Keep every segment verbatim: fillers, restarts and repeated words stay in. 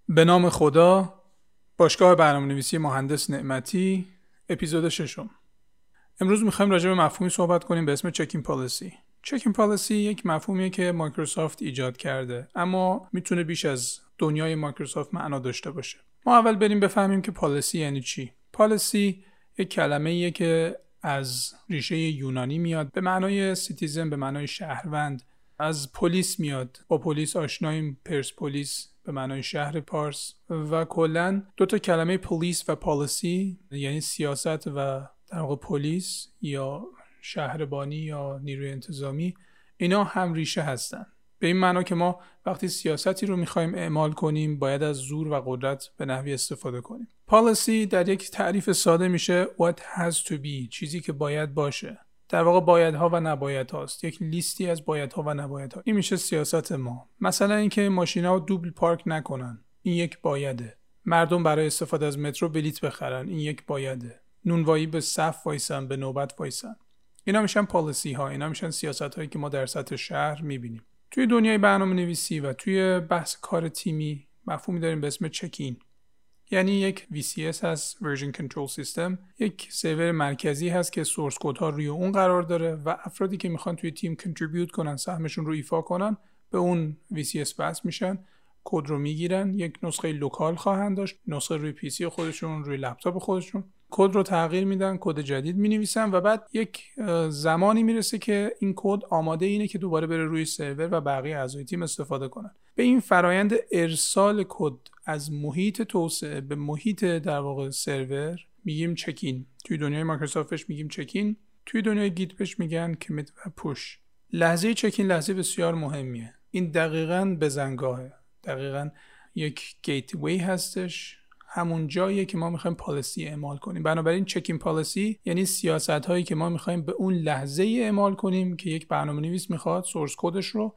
به نام خدا، باشگاه برنامه‌نویسی مهندس نعمتی، اپیزود ششم. امروز می‌خوایم راجع به مفهومی صحبت کنیم به اسم چکینگ پالیسی. چکینگ پالیسی یک مفهومیه که مایکروسافت ایجاد کرده، اما میتونه بیش از دنیای مایکروسافت معنا داشته باشه. ما اول بریم بفهمیم که پالیسی یعنی چی. پالیسی یک کلمه‌ایه که از ریشه یونانی میاد، به معنای سیتیزن، به معنای شهروند. از پلیس میاد، با پلیس آشناییم، پرسپولیس به معنای شهر پارس. و کلاً دو تا کلمه پلیس و پالیسی یعنی سیاست و در واقع پلیس یا شهربانی یا نیروی انتظامی، اینا هم ریشه هستن. به این معنا که ما وقتی سیاستی رو میخوایم اعمال کنیم باید از زور و قدرت به نحوی استفاده کنیم. پالیسی در یک تعریف ساده میشه what has to be، چیزی که باید باشه. در واقع بایدها و نبایدها است، یک لیستی از بایدها و نبایدها. این میشه سیاست ما. مثلا اینکه ماشینا دوبل پارک نکنن، این یک بایده. مردم برای استفاده از مترو بلیط بخرن، این یک بایده. نونوایی به صف وایسن، به نوبت وایسن. اینا میشن پالیسی ها، اینا میشن سیاست هایی که ما در سطح شهر میبینیم. توی دنیای برنامه‌نویسی و توی بحث کار تیمی مفهومی داریم به اسم چکین. یعنی یک وی سی اس هست، Version Control System، یک سرور مرکزی هست که سورس کدها روی اون قرار داره و افرادی که میخوان توی تیم کنتریبیوت کنن، سهمشون رو ایفا کنن، به اون وی سی اس وصل میشن، کد رو میگیرن، یک نسخه لوکال خواهند داشت، نسخه روی پی سی خودشون، روی لپتاپ خودشون، کد رو تغییر میدن، کد جدید مینویسن و بعد یک زمانی میرسه که این کد آماده اینه که دوباره بره روی سرور و بقیه اعضای تیم استفاده کنن. به این فرایند ارسال کد از محیط توسعه به محیط در واقع سرور میگیم چکین. توی دنیای مایکروسافتش میگیم چکین، توی دنیای گیت بهش میگن کمیت و پوش. لحظه چکین لحظه بسیار مهمیه. این دقیقاً بزنگاهه، دقیقاً یک گیتوی هستش، همون جاییه که ما میخوایم پالیسی اعمال کنیم. بنابراین چکینگ پالیسی یعنی سیاست هایی که ما میخوایم به اون لحظه اعمال کنیم که یک برنامه‌نویس میخواد سورس کدش رو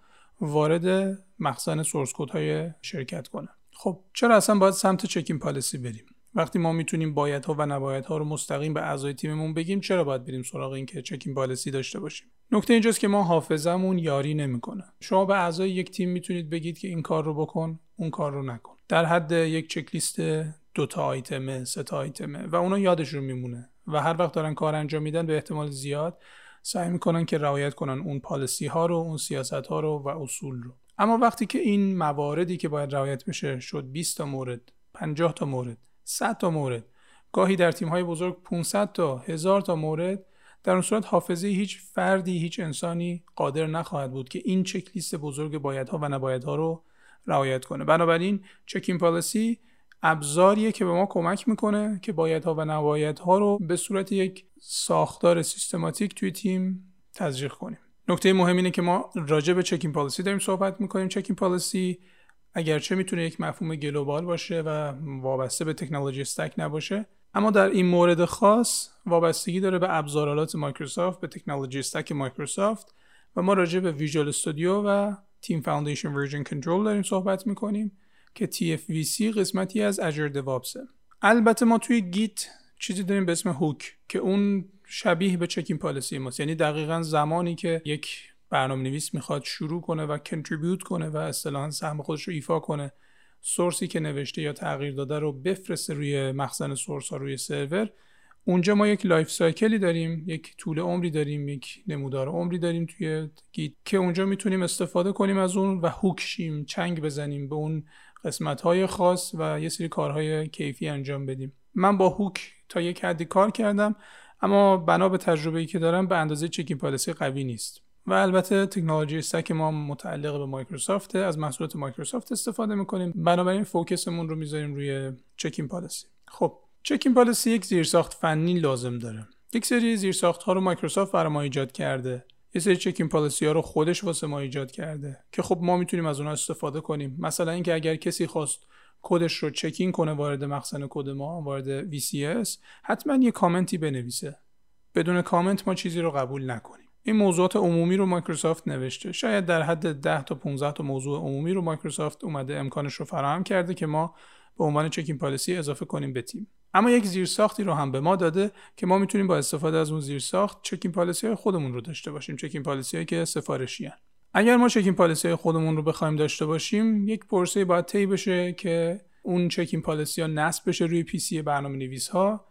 وارد مخزن سورس کدهای شرکت کنه. خب چرا اصلا باید سمت چکینگ پالیسی بریم؟ وقتی ما میتونیم بایدها و نبایدها رو مستقیم به اعضای تیممون بگیم، چرا باید بریم سراغ این که چکینگ پالیسی داشته باشیم؟ نکته اینجاست که ما حافظمون یاری نمیکنه. شما به اعضای یک تیم میتونید بگید که این کار رو بکن، اون کار رو نکن. در حد یک چک لیست دو تا آیتمه، سه تا آیتمه و اونا یادشون میمونه و هر وقت دارن کار انجام میدن به احتمال زیاد سعی میکنن که رعایت کنن اون پالیسی ها رو، اون سیاست ها رو و اصول رو. اما وقتی که این مواردی که باید رعایت بشه شد بیست تا مورد، پنجاه تا مورد، صد تا مورد، گاهی در تیم های بزرگ پانصد تا هزار تا مورد، در اون صورت حافظه هیچ فردی، هیچ انسانی قادر نخواهد بود که این چک لیست بزرگ بایدها و نبایدها رو رعایت کنه. بنابراین چکینگ پالیسی ابزاریه که به ما کمک میکنه که بایدها و نبایدها رو به صورت یک ساختار سیستماتیک توی تیم تزریق کنیم. نکته مهم اینه که ما راجع به چکینگ پالیسی داریم صحبت میکنیم. چکینگ پالیسی اگرچه میتونه یک مفهوم گلوبال باشه و وابسته به تکنولوژی استک نباشه، اما در این مورد خاص وابستگی داره به ابزارالات مایکروسافت، به تکنولوژی استک مایکروسافت و ما راجع به ویژوال استودیو و تیم فاوندیشن ورژن کنترل داریم صحبت میکنیم که تی اف وی سی قسمتی از اجور دیوآپس. البته ما توی گیت چیزی داریم به اسم هوک که اون شبیه به چکینگ پالیسی ماست، یعنی دقیقاً زمانی که یک برنامه‌نویس میخواد شروع کنه و کنتریبیوت کنه و اصطلاحاً سهم خودش رو ایفا کنه، سورسی که نوشته یا تغییر داده رو بفرسته روی مخزن سورس ها روی سرور، اونجا ما یک لایف سایکلی داریم، یک طول عمری داریم، یک نمودار عمری داریم توی گیت که اونجا میتونیم استفاده کنیم از اون و هوک شیم، چنگ بزنیم به اون قسمت‌های خاص و یه سری کارهای کیفی انجام بدیم. من با هوک تا یک حدی کار کردم، اما بنا به تجربه‌ای که دارم به اندازه چکینگ پالیسی قوی نیست. و البته تکنولوژی استک ما متعلق به مایکروسافت، از محصولات مایکروسافت استفاده می‌کنیم، بنابراین فوکسمون رو می‌ذاریم روی چکینگ پالیسی. خب چکینگ پالیسی یک زیرساخت فنی لازم داره. یک سری زیرساخت‌ها رو مایکروسافت برای ما ایجاد کرده. یه سری چکینگ پالیسی ها رو خودش واسه ما ایجاد کرده که خب ما میتونیم از اونها استفاده کنیم. مثلا اینکه اگر کسی خواست کدش رو چکین کنه وارد مخزن کد ما، وارد وی سی اس، حتما یه کامنتی بنویسه. بدون کامنت ما چیزی رو قبول نکنیم. این موضوعات عمومی رو مایکروسافت نوشته. شاید در حد ده تا پانزده تا موضوع عمومی رو مایکروسافت اومده امکانش رو فراهم کرده که ما به عنوان چکینگ پالیسی اضافه کنیم به تیم. اما یک زیرساختی رو هم به ما داده که ما میتونیم با استفاده از اون زیرساخت چکینگ پالیسی های خودمون رو داشته باشیم، چکینگ پالیسی هایی که سفارشی هستند. اگر ما چکینگ پالیسی های خودمون رو بخوایم داشته باشیم، یک پروسه باید طی بشه که اون چکین پالیسی ها نصب بشه روی پی سی برنامه‌نویس ها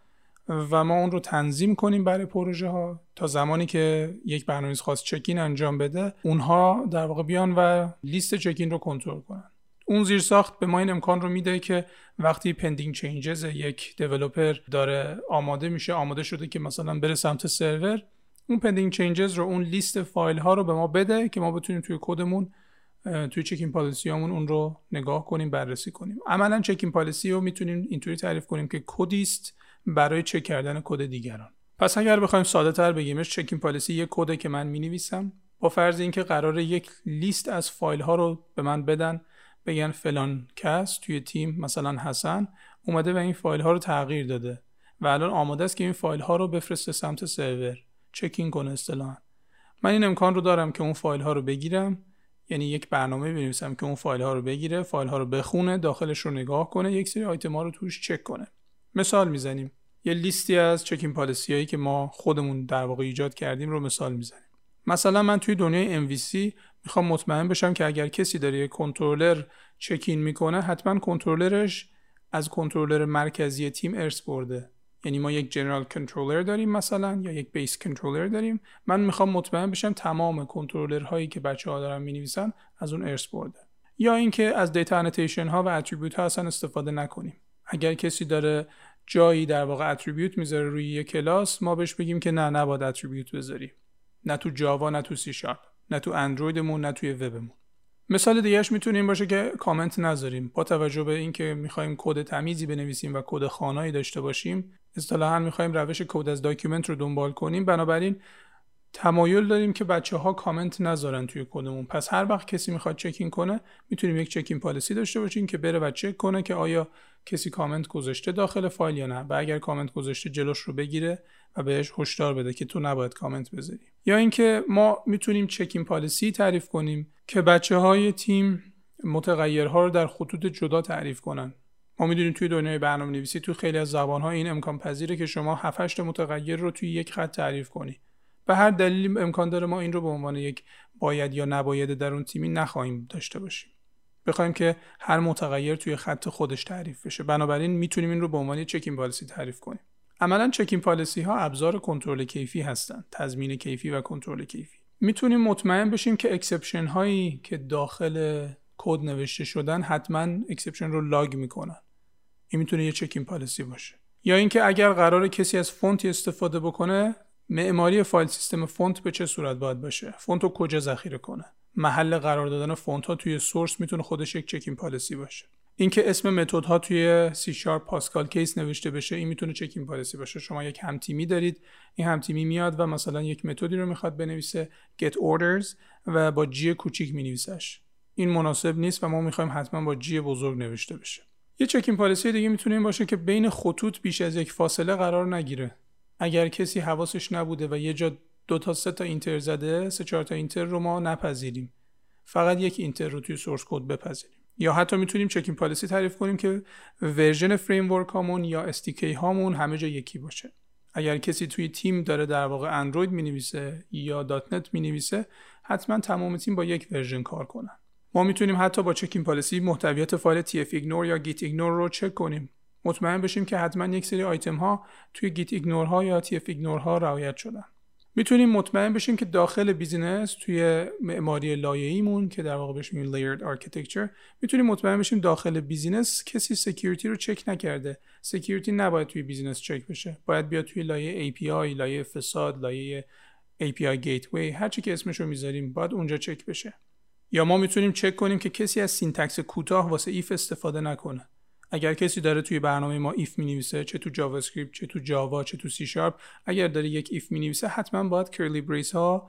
و ما اون رو تنظیم کنیم برای پروژه ها تا زمانی که یک برنامه‌نویس خواست چکین انجام بده اونها در واقع بیان و لیست چکین رو کنترل کنن. اون زیرساخت به ما این امکان رو میده که وقتی پندینگ چینجز یک دیولپر داره آماده میشه، آماده شده که مثلا بره سمت سرور، اون پندینگ چینجز رو، اون لیست فایل ها رو به ما بده که ما بتونیم توی کدمون، توی چکین پالیسی هامون اون رو نگاه کنیم، بررسی کنیم. عملا چکین پالیسی رو میتونیم اینطوری تعریف کنیم که کدی است برای چک کردن کد دیگران. پس اگر بخوایم ساده تر بگیمش، چکین پالیسی یک کده که من مینویسم با فرض اینکه قراره یک لیست از فایل ها رو به من بدن، بگن فلان کس توی تیم، مثلا حسن، اومده و این فایل ها رو تغییر داده و الان آماده است که این فایل ها رو بفرسته سمت سرور، چکین کنه اصطلاحاً. من این امکان رو دارم که اون فایل ها رو بگیرم، یعنی یک برنامه بنویسم که اون فایل ها رو بگیره، فایل ها رو بخونه، داخلش رو نگاه کنه، یک سری آیتم ها رو توش چک کنه. مثال میزنیم، یه لیستی از چکین پالیسی هایی که ما خودمون در واقع ایجاد کردیم رو مثال میزنیم. مثلا من توی دنیای ام وی سی میخوام مطمئن بشم که اگر کسی داره یک کنترلر چکین میکنه، حتما کنترلرش از کنترلر مرکزی تیم ارث برده. یعنی ما یک جنرال کنترلر داریم مثلا، یا یک بیس کنترلر داریم، من میخوام مطمئن بشم تمام کنترلرهایی که بچه‌ها دارن مینویسن از اون ارث برده. یا اینکه از دیتا انوتیشن ها و اتریبیوت ها اصلا استفاده نکنیم. اگر کسی داره جایی در واقع اتریبیوت میذاره روی یک کلاس، ما بهش بگیم که نه، نباید اتریبیوت بذاری. نه تو جاوا، نه تو سی شارپ، نه تو اندرویدمون، نه توی وبمون. مثال دیگه‌اش میتونه این باشه که کامنت نذاریم. با توجه به اینکه می‌خوایم کد تمیزی بنویسیم و کد خانایی داشته باشیم، اصطلاحاً می‌خوایم روش کد از داکیومنت رو دنبال کنیم، بنابراین تمایل داریم که بچه‌ها کامنت نذارن توی کدمون. پس هر وقت کسی میخواد چکین کنه، میتونیم یک چکین پالیسی داشته باشیم که بره و چک کنه که آیا کسی کامنت گذاشته داخل فایل یا نه، و اگر کامنت گذاشته جلوش رو بگیره و بهش هشدار بده که تو نباید کامنت بذاری. یا اینکه ما میتونیم چکین پالیسی تعریف کنیم که بچه‌های تیم متغیرها رو در خطوط جدا تعریف کنن. ما میدونیم توی دنیای برنامه‌نویسی تو خیلی از زبان‌ها این امکان پذیره که شما هفت هشت متغیر رو توی یک خط تعریف کنی. به هر دلیل امکان داره ما این رو به عنوان یک باید یا نباید در اون تیمی نخواهیم داشته باشیم. بخوایم که هر متغیر توی خط خودش تعریف بشه. بنابراین میتونیم این رو به عنوان چکین پالیسی تعریف کنیم. عملاً چکین پالیسی ها ابزار کنترل کیفی هستند، تضمین کیفی و کنترل کیفی. میتونیم مطمئن بشیم که اکسپشن هایی که داخل کد نوشته شدن حتما اکسپشن رو لاگ میکنن. این میتونه یه چکین پالیسی باشه. یا اینکه اگر قراره کسی از فونتی استفاده بکنه، معماری فایل سیستم فونت به چه صورت باید باشه؟ فونت رو کجا ذخیره کنه؟ محل قرار دادن فونت ها توی سورس میتونه خودش یک چکین پالیسی باشه. اینکه اسم متد ها توی سی شارپ پاسکال کیس نوشته بشه، این میتونه چکین پالیسی باشه. شما یک همتیمی دارید، این همتیمی میاد و مثلا یک متدی رو میخواد بنویسه get orders و با جی کوچیک مینویسش. این مناسب نیست و ما میخوایم حتما با جی بزرگ نوشته بشه. یه چکین پالیسی دیگه میتونه این باشه که بین خطوط بیش از یک فاصله قرار نگیره. اگر کسی حواسش نبوده و یه جا دو تا سه تا اینتر زده، سه چهار تا اینتر رو ما نپذیریم، فقط یک اینتر رو توی سورس کد بپذیریم. یا حتی میتونیم چکین پالیسی تعریف کنیم که ورژن فریم ورک هامون یا اس دی کی هامون همه جا یکی باشه. اگر کسی توی تیم داره در واقع اندروید مینویسه یا دات نت مینویسه، حتما تمام تیم با یک ورژن کار کنن. ما میتونیم حتی با چکین پالیسی محتویات فایل تی اف ایگنور یا گیت ایگنور رو چک کنیم. مطمئن بشیم که حتما یک سری آیتم ها توی گیت ایگنور ها یا تی اف ایگنور ها رعایت شدن. میتونیم مطمئن بشیم که داخل بیزینس توی معماری لایه‌ایمون که در واقع بهش میگیم layered architecture، میتونیم مطمئن بشیم داخل بیزینس کسی سکیوریتی رو چک نکرده. سکیوریتی نباید توی بیزینس چک بشه. باید بیاد توی لایه ای پی آی، لایه فساد، لایه ای پی آی گیتوی، هر چی که اسمش رو میذاریم باید اونجا چک بشه. یا ما میتونیم چک کنیم که کسی از سینتکس کوتاه واسه ایف استفاده نکنه. اگر کسی داره توی برنامه ما ایف مینویسه، چه تو جاوا اسکریپت، چه تو جاوا، چه تو سی شارپ، اگر داره یک ایف مینویسه، حتما باید کرلی بریس ها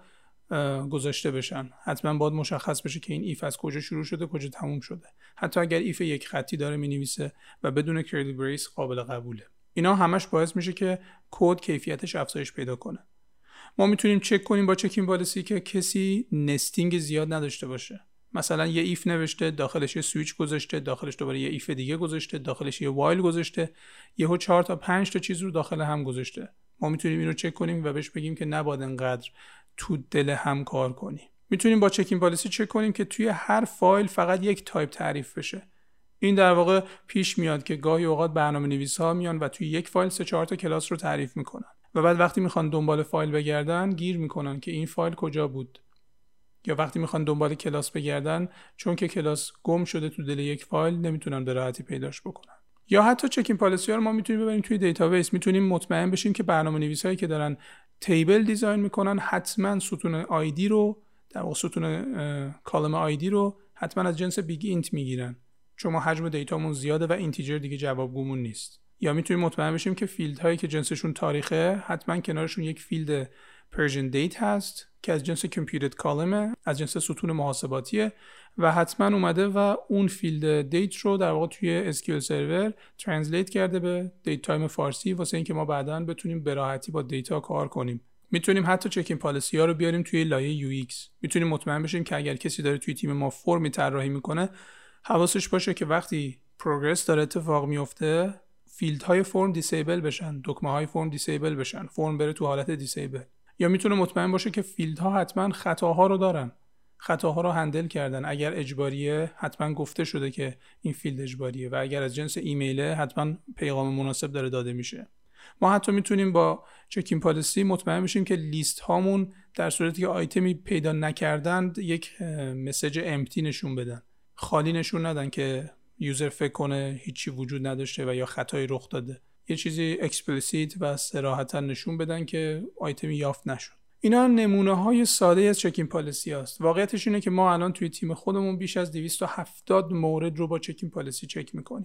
گذاشته بشن. حتما باید مشخص بشه که این ایف از کجا شروع شده، کجا تموم شده. حتی اگر ایف یک خطی داره مینویسه و بدون کرلی بریس قابل قبوله. اینا همش باعث میشه که کد کیفیتش افزایش پیدا کنه. ما میتونیم چک کنیم با چکین پالیسی که کسی نستینگ زیاد نداشته باشه. مثلا یه ایف نوشته، داخلش یه سویچ گذاشته، داخلش دوباره یه ایف دیگه گذاشته، داخلش یه وایل گذاشته، یهو چهار تا پنج تا چیز رو داخل هم گذاشته. ما میتونیم اینو چک کنیم و بهش بگیم که نباید انقدر تو دل هم کار کنی. میتونیم با چکین پالیسی چک کنیم که توی هر فایل فقط یک تایپ تعریف بشه. این در واقع پیش میاد که گاهی اوقات برنامه‌نویس‌ها میان و توی یک فایل سه چهار تا کلاس رو تعریف میکنن و بعد وقتی میخوان دنبال فایل بگردن گیر میکنن که این فایل کجا بود، یا وقتی میخوان دنبال کلاس بگردن چون که کلاس گم شده تو دل یک فایل نمیتونن به راحتی پیداش بکنن. یا حتی چکین پالیسی ها رو ما میتونیم ببریم توی دیتابیس، میتونیم مطمئن بشیم که برنامه‌نویسایی که دارن تیبل دیزاین میکنن حتما ستون آیدی رو در واقع ستون کالم آیدی رو حتما از جنس بیگ اینت میگیرن، چون ما حجم دیتامون زیاده و اینتیجر دیگه جوابگومون نیست. یا میتونیم مطمئن بشیم که فیلدهایی که جنسشون تاریخه حتما کنارشون یک فیلد پرژن دیت هست که از جنس کامپیوتد کالمه، از جنس ستون محاسباتیه و حتما اومده و اون فیلد دیت رو در واقع توی اس کیو ال سرور ترنسلیت کرده به دیت تایم فارسی واسه اینکه ما بعداً بتونیم به راحتی با دیتا کار کنیم. میتونیم حتی چکین پالیسی ها رو بیاریم توی لایه یو ایکس. میتونیم مطمئن بشیم که اگر کسی داره توی تیم ما فرمی طراحی میکنه حواسش باشه که وقتی پروگرس داره اتفاق میفته فیلدهای فرم دیسیبل بشن، دکمه های فرم دیسیبل بشن، فرم بره تو حالت دیسیبل. یا میتونه مطمئن باشه که فیلدها حتما خطاها رو دارن، خطاها رو هندل کردن، اگر اجباریه حتما گفته شده که این فیلد اجباریه و اگر از جنس ایمیله حتما پیغام مناسب داره داده میشه. ما حتی میتونیم با چکین پالیسی مطمئن بشیم که لیست هامون در صورتی که آیتمی پیدا نکردند یک مسیج امپتی نشون بدن، خالی نشون ندن که یوزر فکر کنه هیچی وجود نداشته و یا خطایی رخ داده. یه چیزی اکسپلیسیت و صراحتا نشون بدن که آیتمی یافت نشد. اینا نمونه های ساده از چکین پالیسی هست. واقعیتش اینه که ما الان توی تیم خودمون بیش از دویست و هفتاد مورد رو با چکین پالیسی چک میکنیم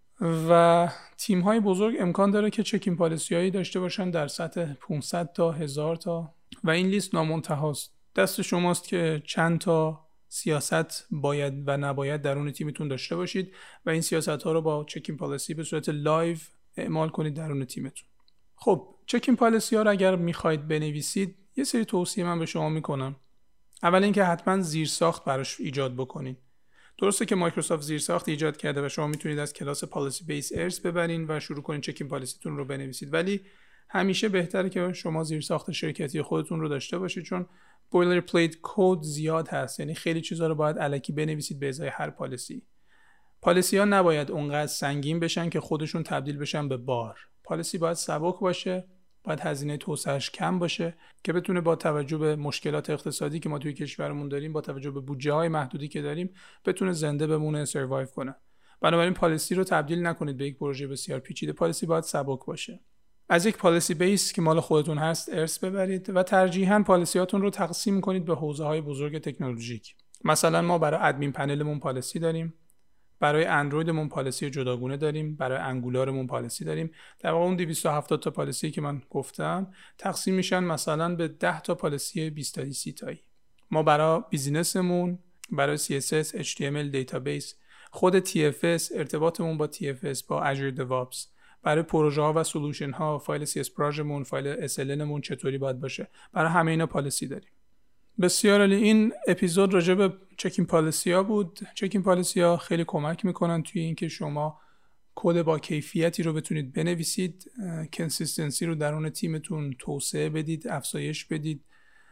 و تیم های بزرگ امکان داره که چکین پالیسی هایی داشته باشن در سطح پانصد تا هزار تا و این لیست نامنتهاست. دست شماست که چند تا سیاست باید و نباید درون تیمتون داشته باشید و این سیاست ها رو با چکین پالیسی به صورت لایو اعمال کنید درون تیمتون. خب چکین پالیسی ها رو اگر میخواید بنویسید یه سری توصیه من به شما میکنم. اول اینکه حتما زیرساخت براش ایجاد بکنید. درسته که مایکروسافت زیرساخت ایجاد کرده و شما میتونید از کلاس پالیسی بیس ارث ببرین و شروع کنید چکین پالیسیتون رو بنویسید، ولی همیشه بهتره که شما زیرساخت شرکتی خودتون رو داشته باشید، چون بویلر پلیت کد زیاد هست، یعنی خیلی چیزا رو باید الکی بنویسید به ازای هر پالیسی. پالیسی ها نباید اونقدر سنگین بشن که خودشون تبدیل بشن به بار. پالیسی باید سبک باشه، باید هزینه توسعه‌اش کم باشه که بتونه با توجه به مشکلات اقتصادی که ما توی کشورمون داریم، با توجه به بودجه‌های محدودی که داریم، بتونه زنده بمونه، سروایو کنه. بنابراین پالیسی رو تبدیل نکنید به یک پروژه بسیار پیچیده. پالیسی باید سبک باشه. از یک پالیسی بیس که مال خودتون هست ارث ببرید و ترجیحاً پالیسیاتون رو تقسیم کنید به حوزه‌های بزرگ تکنولوژیک. مثلا ما برای ادمین پنلمون پالیسی داریم، برای اندرویدمون پالیسی جداگونه داریم، برای انگولارمون پالیسی داریم. در واقع اون دویست و هفتاد تا پالیسی که من گفتم تقسیم میشن مثلا به ده تا پالیسی بیست تا سی تایی. ما برای بیزینسمون، برای سی اس اس، اچ تی ام ال، دیتابیس، خود تی اف اس، ارتباطمون با تی اف اس، با اژور دیوآپس، برای پروژه ها و سولوشن ها، فایل سی اس پروژمون، فایل اس ال ان مون چطوری باید باشه، برای همه اینا پالیسی داریم. بسیار عالی. این اپیزود راجع به چکین پالیسی ها بود. چکین پالیسی ها خیلی کمک میکنن توی اینکه شما کد با کیفیتی رو بتونید بنویسید، کنسیستنسی رو درون تیمتون توسعه بدید، افزایش بدید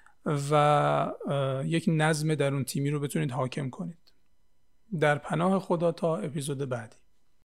و یک نظم درون تیمی رو بتونید حاکم کنید. در پناه خدا تا اپیزود بعدی.